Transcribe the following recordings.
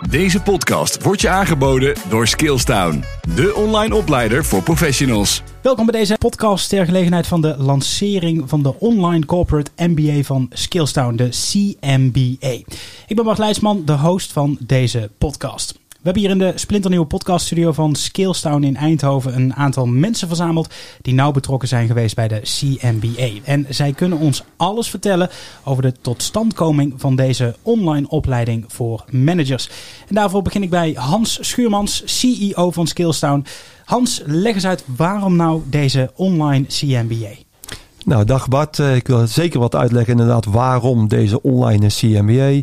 Deze podcast wordt je aangeboden door Skillstown, de online opleider voor professionals. Welkom bij deze podcast ter gelegenheid van de lancering van de Online Corporate MBA van Skillstown, de CMBA. Ik ben Bart Leidsman, de host van deze podcast. We hebben hier in de splinternieuwe podcaststudio van Skillstown in Eindhoven een aantal mensen verzameld die nauw betrokken zijn geweest bij de CMBA. En zij kunnen ons alles vertellen over de totstandkoming van deze online opleiding voor managers. En daarvoor begin ik bij Hans Schuurmans, CEO van Skillstown. Hans, leg eens uit waarom nou deze online CMBA? Nou, dag Bart. Ik wil zeker wat uitleggen inderdaad waarom deze online CMBA.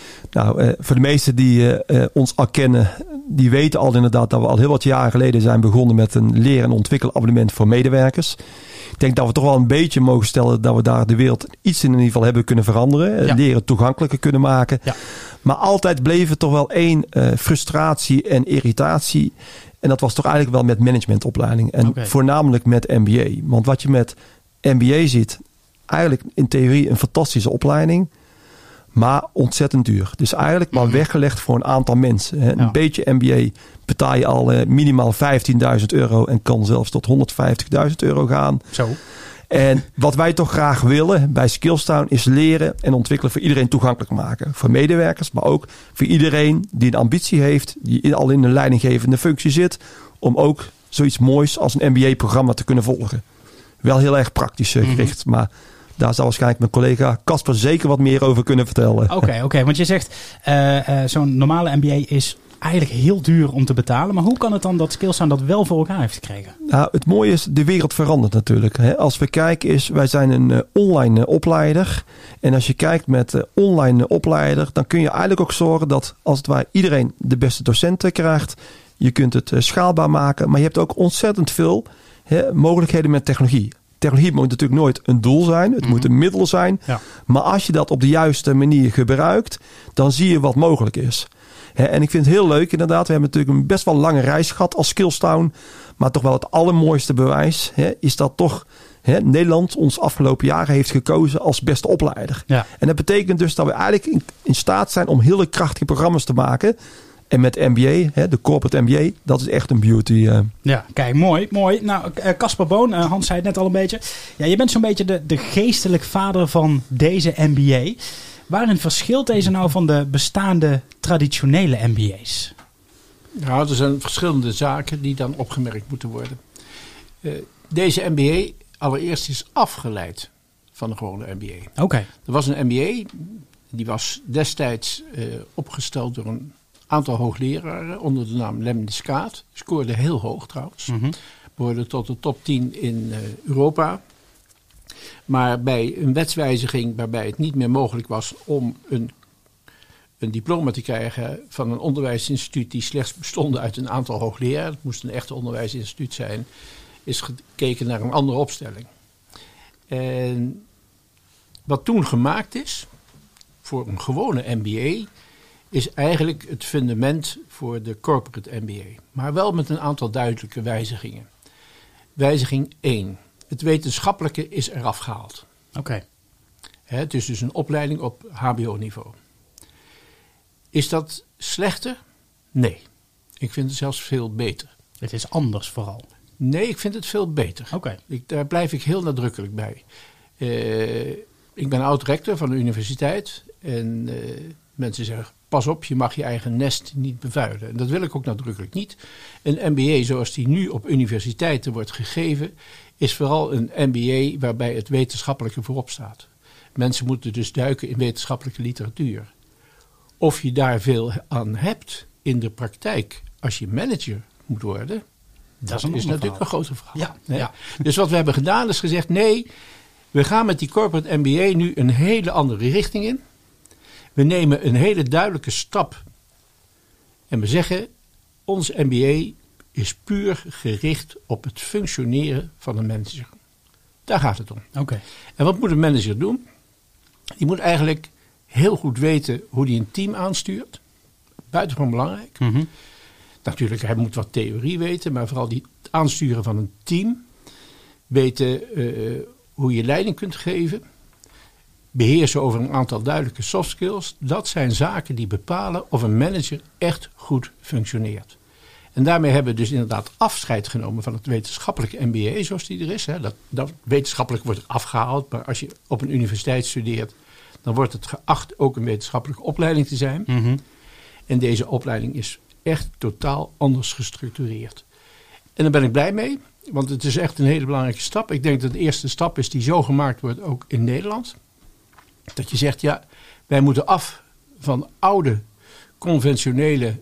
Nou, voor de meesten die ons al kennen, die weten al inderdaad dat we al heel wat jaren geleden zijn begonnen met een leer- en ontwikkelabonnement voor medewerkers. Ik denk dat we toch wel een beetje mogen stellen dat we daar de wereld iets in ieder geval hebben kunnen veranderen. Ja. Leren toegankelijker kunnen maken. Ja. Maar altijd bleef er toch wel één frustratie en irritatie. En dat was toch eigenlijk wel met managementopleiding. En voornamelijk met MBA. Want wat je met MBA ziet, eigenlijk in theorie een fantastische opleiding. Maar ontzettend duur. Dus eigenlijk maar weggelegd voor een aantal mensen. Hè. Een beetje MBA betaal je al minimaal €15.000 en kan zelfs tot €150.000 gaan. Zo. En wat wij toch graag willen bij Skillstown is leren en ontwikkelen voor iedereen toegankelijk maken. Voor medewerkers, maar ook voor iedereen die een ambitie heeft, die al in een leidinggevende functie zit, om ook zoiets moois als een MBA-programma te kunnen volgen. Wel heel erg praktisch gericht, maar daar zal waarschijnlijk mijn collega Casper zeker wat meer over kunnen vertellen. Oké, want je zegt zo'n normale MBA is eigenlijk heel duur om te betalen. Maar hoe kan het dan dat Skillstown dat wel voor elkaar heeft gekregen? Nou, het mooie is, de wereld verandert natuurlijk. Hè. Als we kijken wij zijn een online opleider. En als je kijkt met online opleider, dan kun je eigenlijk ook zorgen dat als het ware iedereen de beste docenten krijgt. Je kunt het schaalbaar maken, maar je hebt ook ontzettend veel mogelijkheden met technologie. Technologie moet natuurlijk nooit een doel zijn. Het moet een middel zijn. Ja. Maar als je dat op de juiste manier gebruikt, dan zie je wat mogelijk is. En ik vind het heel leuk inderdaad. We hebben natuurlijk een best wel lange reis gehad als Skillstown. Maar toch wel het allermooiste bewijs is dat toch Nederland ons afgelopen jaren heeft gekozen als beste opleider. Ja. En dat betekent dus dat we eigenlijk in staat zijn om hele krachtige programma's te maken. En met MBA, de corporate MBA, dat is echt een beauty. Ja, kijk, mooi. Nou, Casper Boon, Hans zei het net al een beetje. Ja, je bent zo'n beetje de geestelijk vader van deze MBA. Waarin verschilt deze nou van de bestaande traditionele MBA's? Nou, er zijn verschillende zaken die dan opgemerkt moeten worden. Deze MBA allereerst is afgeleid van de gewone MBA. Oké. Er was een MBA, die was destijds opgesteld door een aantal hoogleraren onder de naam Lemniscaat. Scoorde heel hoog trouwens. Behoorde tot de top 10 in Europa. Maar bij een wetswijziging waarbij het niet meer mogelijk was om een diploma te krijgen van een onderwijsinstituut die slechts bestond uit een aantal hoogleraren. Het moest een echte onderwijsinstituut zijn. Is gekeken naar een andere opstelling. En wat toen gemaakt is voor een gewone MBA is eigenlijk het fundament voor de corporate MBA. Maar wel met een aantal duidelijke wijzigingen. Wijziging 1. Het wetenschappelijke is eraf gehaald. Oké. Het is dus een opleiding op HBO-niveau. Is dat slechter? Nee. Ik vind het zelfs veel beter. Het is anders vooral. Nee, ik vind het veel beter. Oké. Daar blijf ik heel nadrukkelijk bij. Ik ben oud-rector van de universiteit. En mensen zeggen, pas op, je mag je eigen nest niet bevuilen. En dat wil ik ook nadrukkelijk niet. Een MBA zoals die nu op universiteiten wordt gegeven, is vooral een MBA waarbij het wetenschappelijke voorop staat. Mensen moeten dus duiken in wetenschappelijke literatuur. Of je daar veel aan hebt in de praktijk als je manager moet worden, dat is natuurlijk een groter verhaal. Ja. Dus wat we hebben gedaan is gezegd, nee, we gaan met die corporate MBA nu een hele andere richting in. We nemen een hele duidelijke stap en we zeggen, ons MBA is puur gericht op het functioneren van een manager. Daar gaat het om. Okay. En wat moet een manager doen? Die moet eigenlijk heel goed weten hoe hij een team aanstuurt. Buitengewoon belangrijk. Natuurlijk, hij moet wat theorie weten, maar vooral het aansturen van een team. Weten hoe je leiding kunt geven. beheersen over een aantal duidelijke soft skills. Dat zijn zaken die bepalen of een manager echt goed functioneert. En daarmee hebben we dus inderdaad afscheid genomen van het wetenschappelijke MBA zoals die er is. Hè. Dat wetenschappelijk wordt er afgehaald. Maar als je op een universiteit studeert, dan wordt het geacht ook een wetenschappelijke opleiding te zijn. Mm-hmm. En deze opleiding is echt totaal anders gestructureerd. En daar ben ik blij mee, want het is echt een hele belangrijke stap. Ik denk dat de eerste stap is die zo gemaakt wordt ook in Nederland. Dat je zegt, ja, wij moeten af van oude, conventionele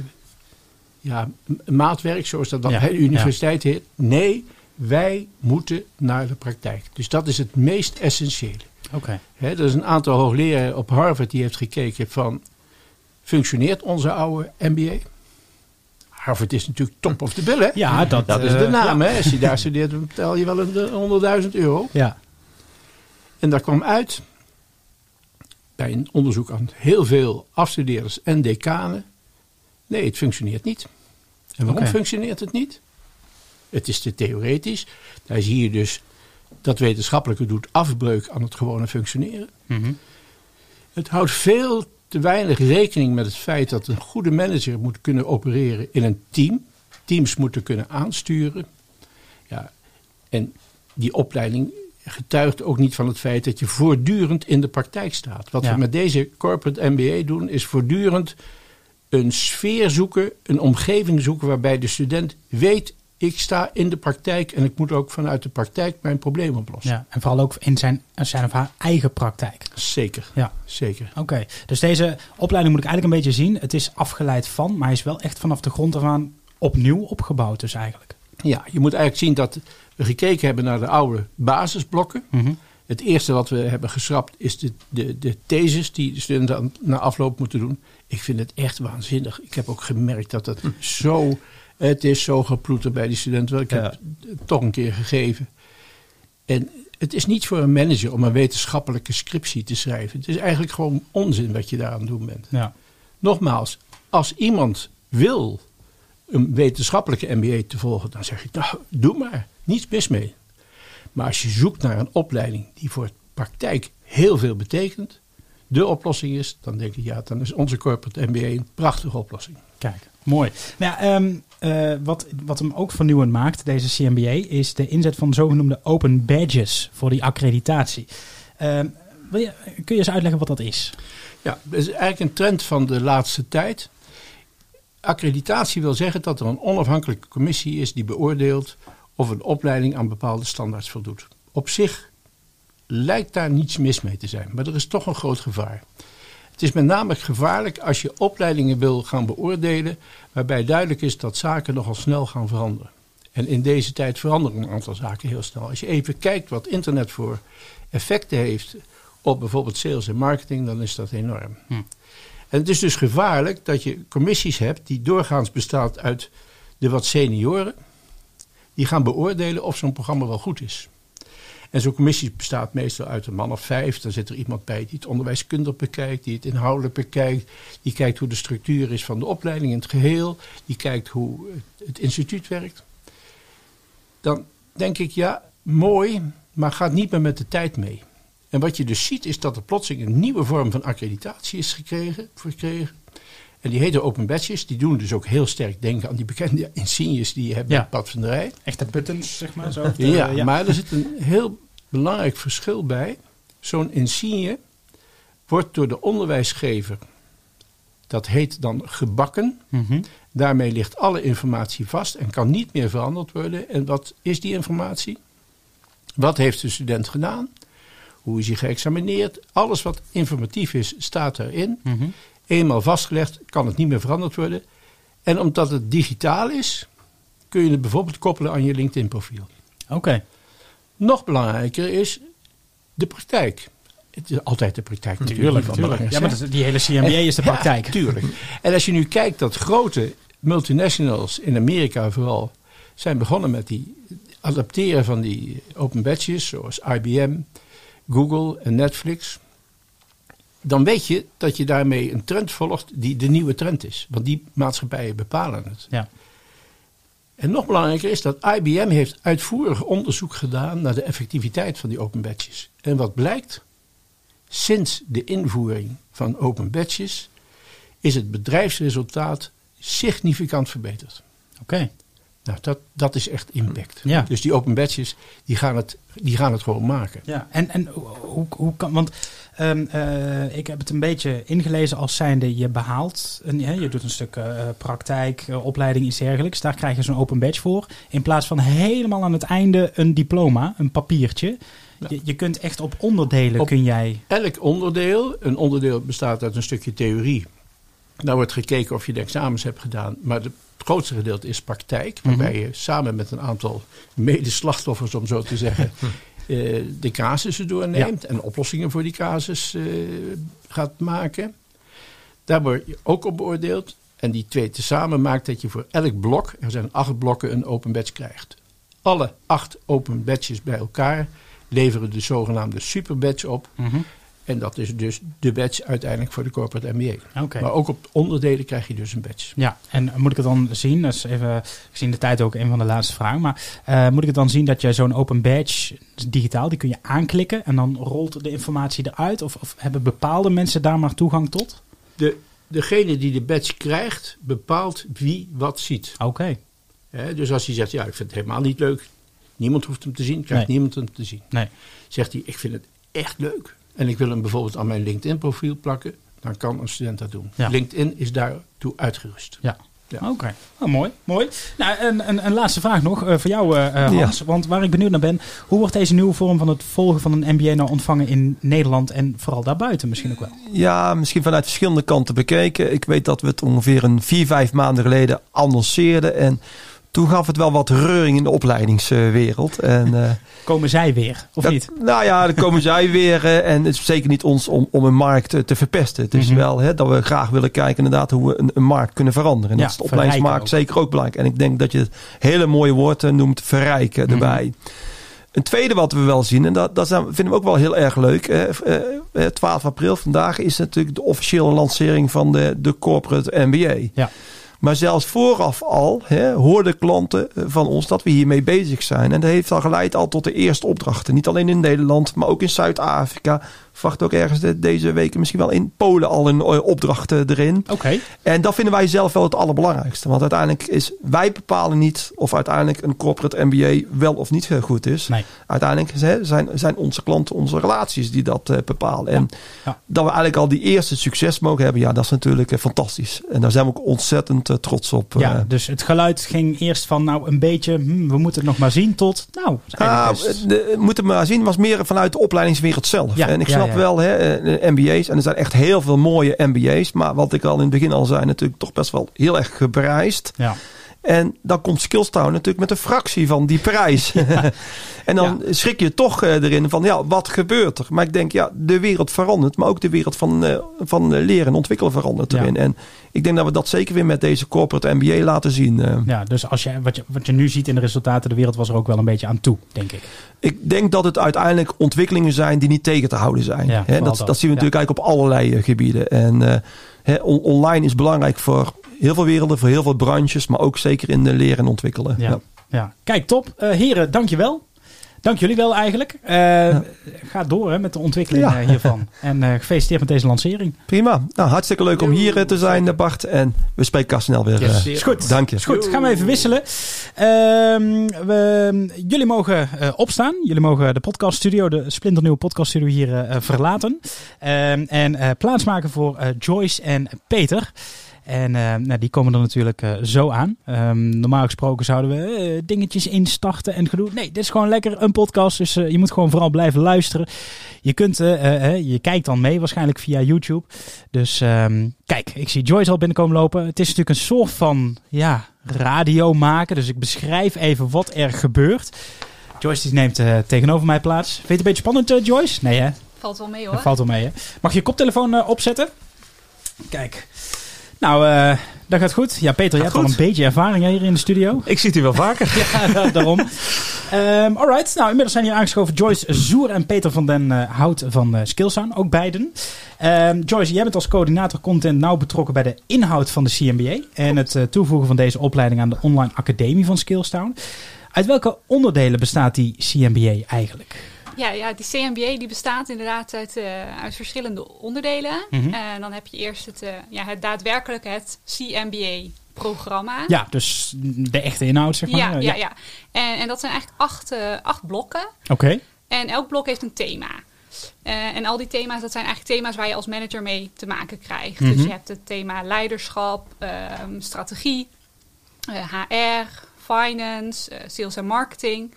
maatwerk, zoals dat bij de universiteit heet. Nee, wij moeten naar de praktijk. Dus dat is het meest essentiële. Okay. Er is een aantal hoogleraren op Harvard die heeft gekeken van, functioneert onze oude MBA? Harvard is natuurlijk top of the bill, hè? Ja, dat is de naam, hè? Als je daar studeert, dan betaal je wel €100.000. Ja. En daar kwam uit, bij een onderzoek aan heel veel afstudeerders en decanen, nee, het functioneert niet. En waarom functioneert het niet? Het is te theoretisch. Daar zie je dus dat wetenschappelijke doet afbreuk aan het gewone functioneren. Mm-hmm. Het houdt veel te weinig rekening met het feit dat een goede manager moet kunnen opereren in een team. Teams moeten kunnen aansturen. Ja, en die opleiding getuigt ook niet van het feit dat je voortdurend in de praktijk staat. Wat we met deze corporate MBA doen, is voortdurend een sfeer zoeken, een omgeving zoeken waarbij de student weet, ik sta in de praktijk en ik moet ook vanuit de praktijk mijn probleem oplossen. Ja, en vooral ook in zijn of haar eigen praktijk. Zeker, ja. Zeker. Oké, dus deze opleiding moet ik eigenlijk een beetje zien. Het is afgeleid van, maar hij is wel echt vanaf de grond af aan opnieuw opgebouwd dus eigenlijk. Ja, je moet eigenlijk zien dat we gekeken hebben naar de oude basisblokken. Mm-hmm. Het eerste wat we hebben geschrapt is de thesis die de studenten na afloop moeten doen. Ik vind het echt waanzinnig. Ik heb ook gemerkt dat het is zo geploeterd bij die studenten. Ik heb het toch een keer gegeven. En het is niet voor een manager om een wetenschappelijke scriptie te schrijven. Het is eigenlijk gewoon onzin wat je daar aan het doen bent. Ja. Nogmaals, als iemand wil een wetenschappelijke MBA te volgen, dan zeg ik, nou, doe maar. Niets mis mee. Maar als je zoekt naar een opleiding die voor de praktijk heel veel betekent, de oplossing is, dan denk ik, ja, dan is onze corporate MBA een prachtige oplossing. Kijk, mooi. Nou ja, wat hem ook vernieuwend maakt, deze CMBA, is de inzet van zogenoemde open badges voor die accreditatie. Kun je eens uitleggen wat dat is? Ja, dat is eigenlijk een trend van de laatste tijd. Accreditatie wil zeggen dat er een onafhankelijke commissie is die beoordeelt of een opleiding aan bepaalde standaards voldoet. Op zich lijkt daar niets mis mee te zijn, maar er is toch een groot gevaar. Het is met name gevaarlijk als je opleidingen wil gaan beoordelen waarbij duidelijk is dat zaken nogal snel gaan veranderen. En in deze tijd veranderen een aantal zaken heel snel. Als je even kijkt wat internet voor effecten heeft op bijvoorbeeld sales en marketing, dan is dat enorm. En het is dus gevaarlijk dat je commissies hebt die doorgaans bestaat uit de wat senioren. Die gaan beoordelen of zo'n programma wel goed is. En zo'n commissie bestaat meestal uit een man of 5. Dan zit er iemand bij die het onderwijskundig bekijkt, die het inhoudelijk bekijkt. Die kijkt hoe de structuur is van de opleiding in het geheel. Die kijkt hoe het instituut werkt. Dan denk ik, ja, mooi, maar gaat niet meer met de tijd mee. En wat je dus ziet is dat er plotseling een nieuwe vorm van accreditatie is verkregen. En die heten open badges. Die doen dus ook heel sterk denken aan die bekende insignes die je hebt bij Pat van der Rij. Echte buttons, zeg maar. Zo. Ja, maar er zit een heel belangrijk verschil bij. Zo'n insigne wordt door de onderwijsgever, dat heet dan gebakken. Mm-hmm. Daarmee ligt alle informatie vast en kan niet meer veranderd worden. En wat is die informatie? Wat heeft de student gedaan? Hoe is hij geëxamineerd? Alles wat informatief is, staat erin. Mm-hmm. Eenmaal vastgelegd kan het niet meer veranderd worden. En omdat het digitaal is, kun je het bijvoorbeeld koppelen aan je LinkedIn profiel. Oké. Nog belangrijker is de praktijk. Het is altijd de praktijk natuurlijk. Ja, maar die hele CMBA is de praktijk. Ja, tuurlijk. En als je nu kijkt dat grote multinationals in Amerika vooral zijn begonnen met die adapteren van die open badges, zoals IBM, Google en Netflix, dan weet je dat je daarmee een trend volgt die de nieuwe trend is. Want die maatschappijen bepalen het. Ja. En nog belangrijker is dat IBM heeft uitvoerig onderzoek gedaan naar de effectiviteit van die open badges. En wat blijkt? sinds de invoering van open badges is het bedrijfsresultaat significant verbeterd. Oké. Nou, dat is echt impact. Ja. Dus die open badges, die gaan het gewoon maken. Ja, en hoe kan... Want ik heb het een beetje ingelezen als zijnde je behaalt... je doet een stuk praktijk, opleiding, iets dergelijks. Daar krijg je zo'n open badge voor. In plaats van helemaal aan het einde een diploma, een papiertje. Ja. Je kunt echt op onderdelen kun jij... Elk onderdeel, een onderdeel bestaat uit een stukje theorie. Daar wordt gekeken of je de examens hebt gedaan. Maar het grootste gedeelte is praktijk. Waarbij je samen met een aantal medeslachtoffers, om zo te zeggen... de casussen doorneemt en oplossingen voor die casus gaat maken. Daar word je ook op beoordeeld. En die 2 tezamen maakt dat je voor elk blok, er zijn 8 blokken, een open badge krijgt. Alle 8 open badges bij elkaar leveren de zogenaamde super badge op. En dat is dus de badge uiteindelijk voor de corporate MBA. Okay. Maar ook op onderdelen krijg je dus een badge. Ja, en moet ik het dan zien, dat is even gezien de tijd ook een van de laatste vragen, maar moet ik het dan zien dat je zo'n open badge digitaal, die kun je aanklikken en dan rolt de informatie eruit? Of hebben bepaalde mensen daar maar toegang tot? Degene die de badge krijgt, bepaalt wie wat ziet. Oké. Dus als hij zegt, ja, ik vind het helemaal niet leuk, niemand hoeft hem te zien, krijgt niemand hem te zien. Nee. Zegt hij, ik vind het echt leuk. En ik wil hem bijvoorbeeld aan mijn LinkedIn-profiel plakken. Dan kan een student dat doen. Ja. LinkedIn is daartoe uitgerust. Ja. Oké. Oh, mooi. Nou, een laatste vraag nog voor jou, Hans. Ja. Want waar ik benieuwd naar ben, hoe wordt deze nieuwe vorm van het volgen van een MBA nou ontvangen in Nederland en vooral daarbuiten misschien ook wel? Ja, misschien vanuit verschillende kanten bekeken. Ik weet dat we het ongeveer 4-5 maanden geleden annonceerden. En toen gaf het wel wat reuring in de opleidingswereld. En, komen zij weer, of niet? Nou ja, dan komen zij weer. En het is zeker niet ons om een markt te verpesten. Het is wel dat we graag willen kijken inderdaad hoe we een markt kunnen veranderen. En dat is de opleidingsmarkt zeker ook belangrijk. En ik denk dat je het hele mooie woord noemt, verrijken erbij. Een tweede wat we wel zien, en dat vinden we ook wel heel erg leuk. 12 april vandaag is natuurlijk de officiële lancering van de Corporate MBA. Ja. Maar zelfs vooraf al hoorden klanten van ons dat we hiermee bezig zijn. En dat heeft al geleid tot de eerste opdrachten. Niet alleen in Nederland, maar ook in Zuid-Afrika. Verwacht ook ergens deze weken misschien wel in Polen al een opdracht erin. Okay. En dat vinden wij zelf wel het allerbelangrijkste. Want uiteindelijk wij bepalen niet of uiteindelijk een corporate MBA wel of niet goed is. Nee. Uiteindelijk zijn onze klanten, onze relaties die dat bepalen. En dat we eigenlijk al die eerste succes mogen hebben, ja, dat is natuurlijk fantastisch. En daar zijn we ook ontzettend trots op. Ja, dus het geluid ging eerst van een beetje, we moeten het nog maar zien tot, moeten we maar zien was meer vanuit de opleidingswereld zelf. Ja, en ik snap wel MBA's. En er zijn echt heel veel mooie MBA's. Maar wat ik al in het begin al zei, natuurlijk toch best wel heel erg geprijsd. Ja. En dan komt Skillstown natuurlijk met een fractie van die prijs. Ja. En dan schrik je toch erin van, wat gebeurt er? Maar ik denk, de wereld verandert. Maar ook de wereld van leren en ontwikkelen verandert erin. Ja. En ik denk dat we dat zeker weer met deze corporate MBA laten zien. Ja, dus als wat je nu ziet in de resultaten, de wereld was er ook wel een beetje aan toe, denk ik. Ik denk dat het uiteindelijk ontwikkelingen zijn die niet tegen te houden zijn. Ja, dat zien we natuurlijk eigenlijk op allerlei gebieden. En online is belangrijk voor heel veel werelden, voor heel veel branches, maar ook zeker in de leren en ontwikkelen. Ja. Kijk, top. Heren, dankjewel. Dank jullie wel eigenlijk. Ga door met de ontwikkeling hiervan. En gefeliciteerd met deze lancering. Prima. Nou, hartstikke leuk om hier te zijn, Bart. En we spreken elkaar snel weer. Is goed. Dank je. Is goed. Gaan we even wisselen. Jullie mogen opstaan. Jullie mogen de podcaststudio, de splinternieuwe podcaststudio hier verlaten. En plaatsmaken voor Joyce en Peter. En die komen er natuurlijk zo aan. Normaal gesproken zouden we dingetjes instarten en gedoe. Nee, dit is gewoon lekker een podcast. Dus je moet gewoon vooral blijven luisteren. Je kunt, je kijkt dan mee waarschijnlijk via YouTube. Dus kijk, ik zie Joyce al binnenkomen lopen. Het is natuurlijk een soort van radio maken. Dus ik beschrijf even wat er gebeurt. Joyce die neemt tegenover mij plaats. Vind je het een beetje spannend, Joyce? Nee, hè? Valt wel mee, hoor. Valt wel mee, hè? Mag je koptelefoon opzetten? Kijk. Nou, dat gaat goed. Ja, Peter, je hebt al een beetje ervaring hier in de studio. Ik zie het hier wel vaker. Ja, daarom. Alright, nou inmiddels zijn hier aangeschoven Joyce Zoer en Peter van den Hout van Skillstown, ook beiden. Joyce, jij bent als coördinator content nauw betrokken bij de inhoud van de CMBA en het toevoegen van deze opleiding aan de online academie van Skillstown. Uit welke onderdelen bestaat die CMBA eigenlijk? Ja, die CMBA die bestaat inderdaad uit verschillende onderdelen. Dan heb je eerst het daadwerkelijke, het CMBA-programma. Ja, dus de echte inhoud, zeg maar. Ja. En dat zijn eigenlijk 8 blokken. Oké. En elk blok heeft een thema. En al die thema's, dat zijn eigenlijk thema's waar je als manager mee te maken krijgt. Dus je hebt het thema leiderschap, strategie, HR, finance, sales en marketing.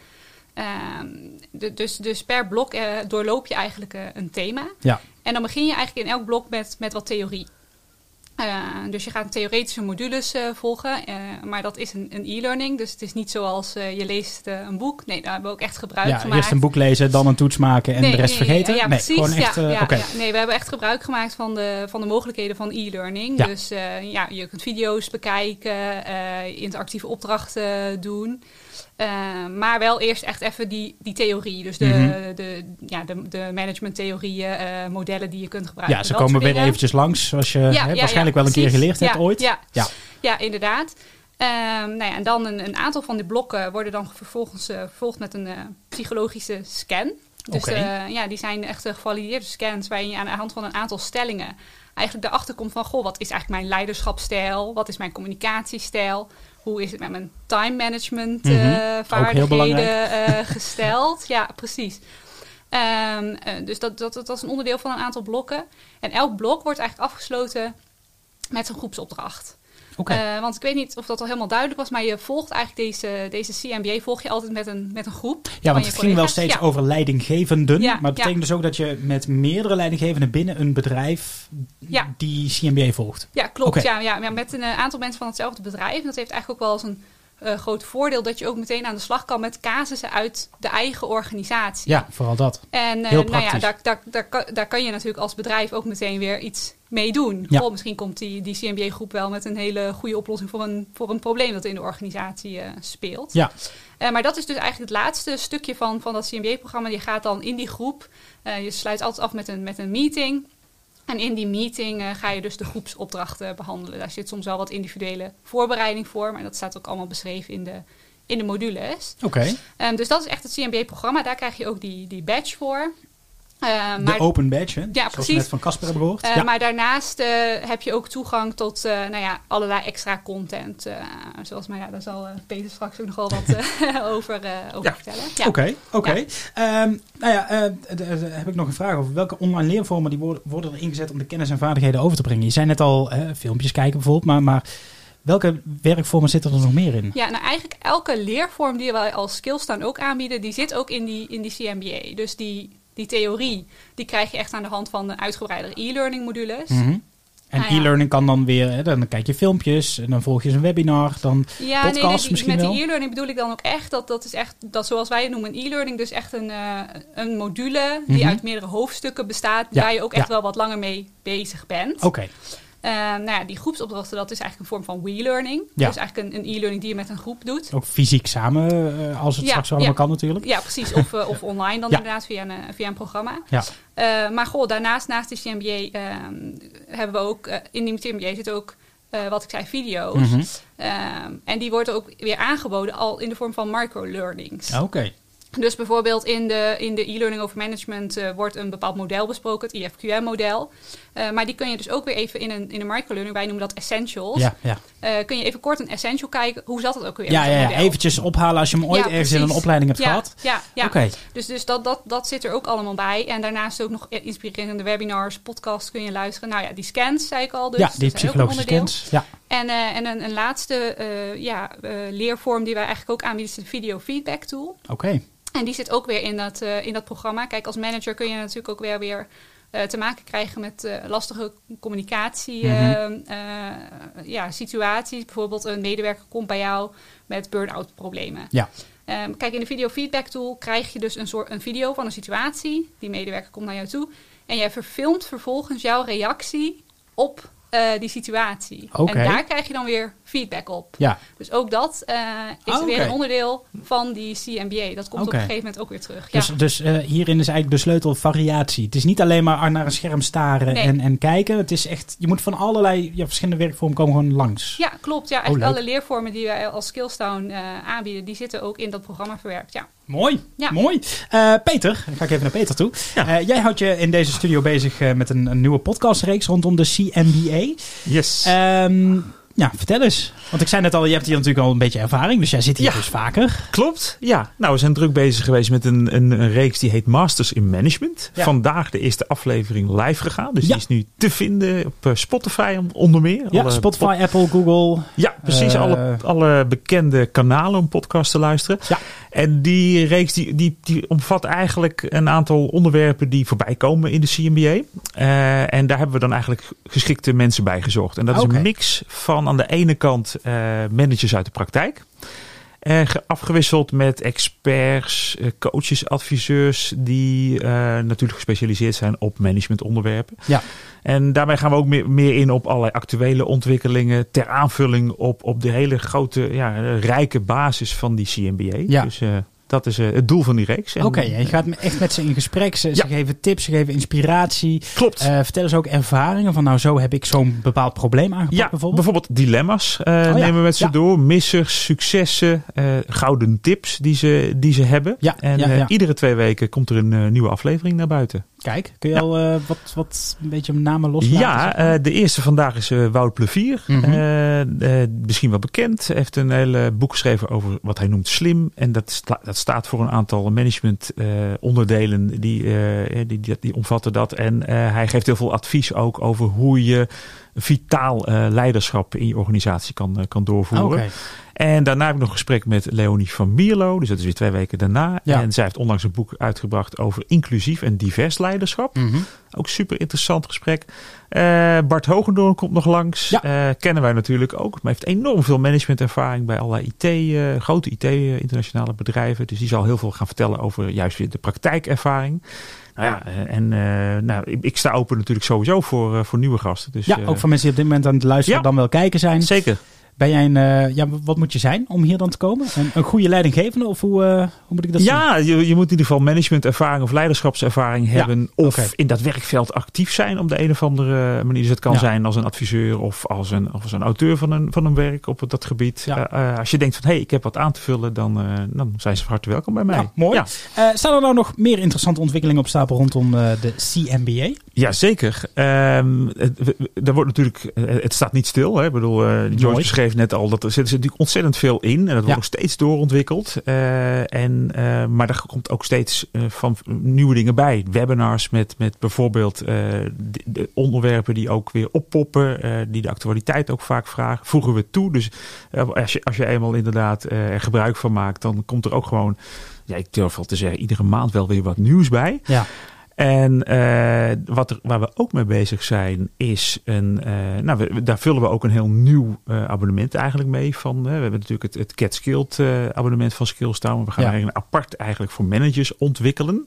Dus per blok doorloop je eigenlijk een thema. Ja. En dan begin je eigenlijk in elk blok met wat theorie. Dus je gaat theoretische modules volgen, maar dat is een e-learning. Dus het is niet zoals je leest een boek. Nee, daar hebben we ook echt gebruik gemaakt. Eerst een boek lezen, dan een toets maken en de rest vergeten? Ja, precies. Gewoon echt, Nee, we hebben echt gebruik gemaakt van de mogelijkheden van e-learning. Ja. Dus je kunt video's bekijken, interactieve opdrachten doen. Maar wel eerst echt even die theorie. Dus de managementtheorieën, modellen die je kunt gebruiken. Ja, ze komen weer eventjes langs, zoals je waarschijnlijk wel een keer geleerd hebt ooit. Ja, inderdaad. En dan een aantal van die blokken worden dan vervolgens vervolgd met een psychologische scan. Dus die zijn echt gevalideerde scans waarin je aan de hand van een aantal stellingen eigenlijk erachter komt van, wat is eigenlijk mijn leiderschapsstijl? Wat is mijn communicatiestijl? Hoe is het met mijn time management vaardigheden gesteld? Ja, precies. Dus dat is een onderdeel van een aantal blokken. En elk blok wordt eigenlijk afgesloten met een groepsopdracht. Want ik weet niet of dat al helemaal duidelijk was, maar je volgt eigenlijk deze CMBA volg je altijd met een groep. Ja, want het ging wel steeds over leidinggevenden. Maar het betekent dus ook dat je met meerdere leidinggevenden binnen een bedrijf die CMBA volgt. Ja, klopt. Ja, met een aantal mensen van hetzelfde bedrijf. En dat heeft eigenlijk ook wel eens een groot voordeel dat je ook meteen aan de slag kan met casussen uit de eigen organisatie. Ja, vooral dat. En heel praktisch. Daar kan je natuurlijk als bedrijf ook meteen weer iets mee doen. Ja. Misschien komt die CMBA-groep wel met een hele goede oplossing voor een probleem dat in de organisatie speelt. Ja. Maar dat is dus eigenlijk het laatste stukje van dat CMBA-programma. Je gaat dan in die groep. Je sluit altijd af met een meeting. En in die meeting ga je dus de groepsopdrachten behandelen. Daar zit soms wel wat individuele voorbereiding voor. Maar dat staat ook allemaal beschreven in de modules. Oké. Dus dat is echt het CMBA-programma. Daar krijg je ook die badge voor. De open badge, hè? Ja, zoals precies. we net van Casper hebben gehoord. Maar daarnaast heb je ook toegang tot allerlei extra content. Zoals, daar zal Peter straks ook nog wel wat over vertellen. Ja. Oké. Daar heb ik nog een vraag over. Welke online leervormen die worden er ingezet om de kennis en vaardigheden over te brengen? Je zei net al, filmpjes kijken bijvoorbeeld, maar welke werkvormen zitten er nog meer in? Ja, eigenlijk elke leervorm die wij als Skillstown ook aanbieden, die zit ook in die CMBA. Dus die theorie, die krijg je echt aan de hand van de uitgebreide e-learning modules. Mm-hmm. En e-learning kan dan weer, dan kijk je filmpjes en dan volg je een webinar, dan podcasts misschien wel. Met die e-learning bedoel ik dan ook echt, dat is echt, dat zoals wij het noemen, een e-learning, dus echt een module die uit meerdere hoofdstukken bestaat, waar je ook echt wel wat langer mee bezig bent. Oké. Die groepsopdrachten, dat is eigenlijk een vorm van we-learning. Ja. Dus eigenlijk een e-learning die je met een groep doet. Ook fysiek samen, als het straks allemaal kan natuurlijk. Ja, precies. Of online dan inderdaad via een programma. Ja. Maar daarnaast, naast de CMBA, hebben we ook, in die CMBA zitten ook, wat ik zei, video's. Mm-hmm. En die worden ook weer aangeboden al in de vorm van microlearnings. Oké. Dus bijvoorbeeld in de e-learning over management wordt een bepaald model besproken, het IFQM-model. Maar die kun je dus ook weer even in een microlearning, wij noemen dat essentials. Ja. Kun je even kort een essential kijken, hoe zat het ook weer? Ja, eventjes ophalen als je hem ooit ergens in een opleiding hebt gehad. Ja. Okay. Dus dat zit er ook allemaal bij. En daarnaast ook nog inspirerende webinars, podcasts kun je luisteren. Nou ja, die scans zei ik al. Dus ja, die psychologische scans. Ja. En een laatste leervorm die wij eigenlijk ook aanbieden is de video feedback tool. Oké. En die zit ook weer in dat programma. Kijk, als manager kun je natuurlijk ook weer te maken krijgen met lastige communicatie situaties. Bijvoorbeeld een medewerker komt bij jou met burn-out problemen. Ja. Kijk, in de video feedback tool krijg je dus een video van een situatie. Die medewerker komt naar jou toe. En jij verfilmt vervolgens jouw reactie op die situatie. Okay. En daar krijg je dan weer feedback op. Ja. Dus ook dat is weer een onderdeel van die CMBA. Dat komt op een gegeven moment ook weer terug. Dus hierin is eigenlijk de sleutel variatie. Het is niet alleen maar naar een scherm staren en kijken. Het is echt, je moet van allerlei verschillende werkvormen komen gewoon langs. Ja, klopt. Ja, eigenlijk leuk. alle leervormen die wij als Skillstown aanbieden, die zitten ook in dat programma verwerkt. Ja. Mooi, Ja. mooi. Peter, dan ga ik even naar Peter toe. Ja. Jij houdt je in deze studio bezig met een nieuwe podcastreeks rondom de CMBA. Yes. Ja, vertel eens. Want ik zei net al, je hebt hier natuurlijk al een beetje ervaring, dus jij zit hier dus vaker. Klopt, ja. Nou, we zijn druk bezig geweest met een reeks die heet Masters in Management. Ja. Vandaag de eerste aflevering live gegaan. Dus Ja. die is nu te vinden op Spotify onder meer. Ja, Spotify, Apple, Google. Ja, precies. Alle bekende kanalen om podcast te luisteren. Ja. En die reeks die omvat eigenlijk een aantal onderwerpen die voorbij komen in de CMBA. En daar hebben we dan eigenlijk geschikte mensen bij gezocht. En dat is een mix van aan de ene kant managers uit de praktijk. Afgewisseld met experts, coaches, adviseurs die natuurlijk gespecialiseerd zijn op managementonderwerpen. Ja. En daarmee gaan we ook meer in op allerlei actuele ontwikkelingen ter aanvulling op de hele grote, rijke basis van die CMBA. Ja. Dus dat is het doel van die reeks. Oké, je gaat echt met ze in gesprek. Ze geven tips, ze geven inspiratie. Klopt. Vertel eens ook ervaringen van zo heb ik zo'n bepaald probleem aangepakt bijvoorbeeld dilemma's nemen we met ze door. Missers, successen, gouden tips die ze hebben. Ja, iedere 2 weken komt er een nieuwe aflevering naar buiten. Kijk, kun je al wat een beetje namen loslaten? Ja, de eerste vandaag is Wout Plevier. Misschien wel bekend. Hij heeft een hele boek geschreven over wat hij noemt slim. En dat staat voor een aantal management onderdelen. Die omvatten dat. En hij geeft heel veel advies ook over hoe je vitaal leiderschap in je organisatie kan doorvoeren. Okay. En daarna heb ik nog een gesprek met Leonie van Mierlo. Dus dat is weer 2 weken daarna. Ja. En zij heeft onlangs een boek uitgebracht over inclusief en divers leiderschap. Ook super interessant gesprek. Bart Hogendoorn komt nog langs. Ja. Kennen wij natuurlijk ook. Maar heeft enorm veel managementervaring bij allerlei grote internationale bedrijven. Dus die zal heel veel gaan vertellen over juist weer de praktijkervaring. Ik sta open natuurlijk sowieso voor nieuwe gasten. Dus, ook voor mensen die op dit moment aan het luisteren dan wel kijken zijn. Zeker. Ben jij wat moet je zijn om hier dan te komen? Een goede leidinggevende of hoe moet ik dat zien? Ja, je moet in ieder geval managementervaring of leiderschapservaring hebben. Of in dat werkveld actief zijn op de een of andere manier. Dus het kan zijn als een adviseur of als een auteur van een werk op dat gebied. Ja. Als je denkt van ik heb wat aan te vullen, dan zijn ze van harte welkom bij mij. Ja, mooi. Ja. Staan er nou nog meer interessante ontwikkelingen op stapel rondom de CMBA? Ja, zeker. Er wordt natuurlijk, het staat niet stil. Hè. Ik bedoel, George beschreef net al dat er zit natuurlijk ontzettend veel in. En dat wordt nog steeds doorontwikkeld. Maar er komt ook steeds van nieuwe dingen bij. Webinars met bijvoorbeeld de onderwerpen die ook weer oppoppen. Die de actualiteit ook vaak vragen. Voegen we toe. Dus als je eenmaal inderdaad er gebruik van maakt, dan komt er ook gewoon, ik durf wel te zeggen, iedere maand wel weer wat nieuws bij. Ja. En waar we ook mee bezig zijn is daar vullen we ook een heel nieuw abonnement eigenlijk mee. We hebben natuurlijk het Get Skilled abonnement van Skillstown. We gaan eigenlijk apart eigenlijk voor managers ontwikkelen.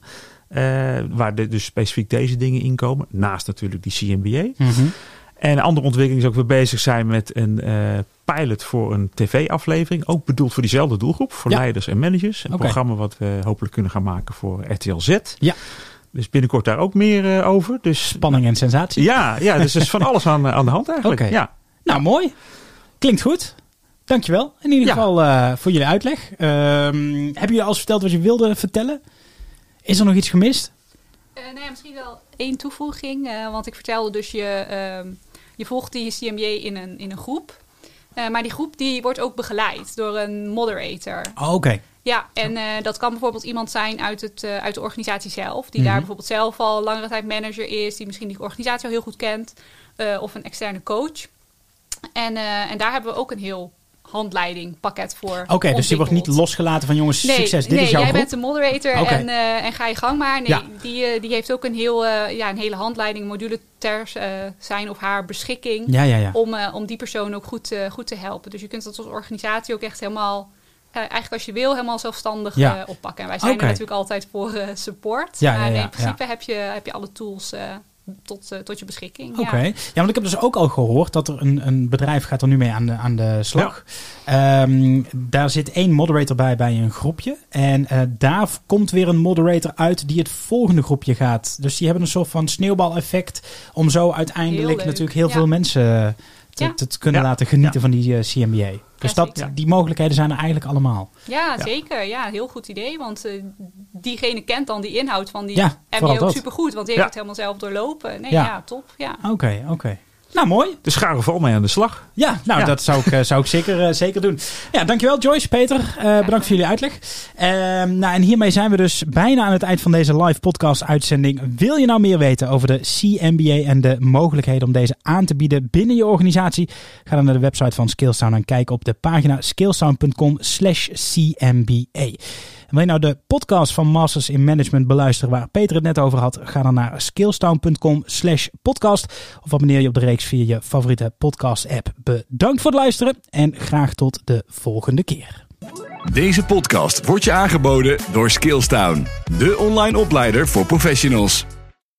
Waar dus specifiek deze dingen in komen. Naast natuurlijk die CMBA. En een andere ontwikkeling is ook we bezig zijn met een pilot voor een tv-aflevering. Ook bedoeld voor diezelfde doelgroep. Voor leiders en managers. Een programma wat we hopelijk kunnen gaan maken voor RTL Z. Ja. Dus binnenkort daar ook meer over. Dus, spanning en sensatie. Ja, dus er is van alles aan de hand eigenlijk. Okay. Ja. Nou, mooi. Klinkt goed. Dankjewel in ieder geval voor jullie uitleg. Hebben jullie alles verteld wat je wilde vertellen? Is er nog iets gemist? Misschien wel 1 toevoeging. Want ik vertelde dus je volgt die CMBA in een groep. Maar die groep die wordt ook begeleid door een moderator. Oké. Ja, en dat kan bijvoorbeeld iemand zijn uit de organisatie zelf. Die daar bijvoorbeeld zelf al langere tijd manager is. Die misschien die organisatie al heel goed kent. Of een externe coach. En daar hebben we ook een heel handleidingpakket voor. Oké, dus die wordt niet losgelaten van jongens, succes, dit is jouw jij groep? bent de moderator en ga je gang maar. Nee, die heeft ook een hele handleiding, module ter zijn of haar beschikking. Om die persoon ook goed te helpen. Dus je kunt dat als organisatie ook echt helemaal, eigenlijk als je wil, helemaal zelfstandig oppakken. En wij zijn er natuurlijk altijd voor support. Maar in principe heb je alle tools tot je beschikking. Oké. Ja, want ik heb dus ook al gehoord dat er een bedrijf gaat er nu mee aan de slag. Ja. Daar zit 1 moderator bij een groepje. En daar komt weer een moderator uit die het volgende groepje gaat. Dus die hebben een soort van sneeuwbaleffect om zo uiteindelijk natuurlijk heel veel mensen te kunnen laten genieten van die CMBA. Dus die mogelijkheden zijn er eigenlijk allemaal. Ja, zeker. Ja, heel goed idee. Want diegene kent dan die inhoud van die MBA ook supergoed. Want die heeft het helemaal zelf doorlopen. Nee, top. Ja. Oké. Nou, mooi. Dus ga er vooral mee aan de slag. Ja, dat zou ik zeker doen. Ja, dankjewel Joyce, Peter. Bedankt voor jullie uitleg. En hiermee zijn we dus bijna aan het eind van deze live podcast uitzending. Wil je nou meer weten over de CMBA en de mogelijkheden om deze aan te bieden binnen je organisatie? Ga dan naar de website van Skillstown en kijk op de pagina skillstown.com/CMBA. Wil je nou de podcast van Masters in Management beluisteren waar Peter het net over had? Ga dan naar skillstown.com/podcast of abonneer je op de reeks via je favoriete podcast app. Bedankt voor het luisteren en graag tot de volgende keer. Deze podcast wordt je aangeboden door Skillstown, de online opleider voor professionals.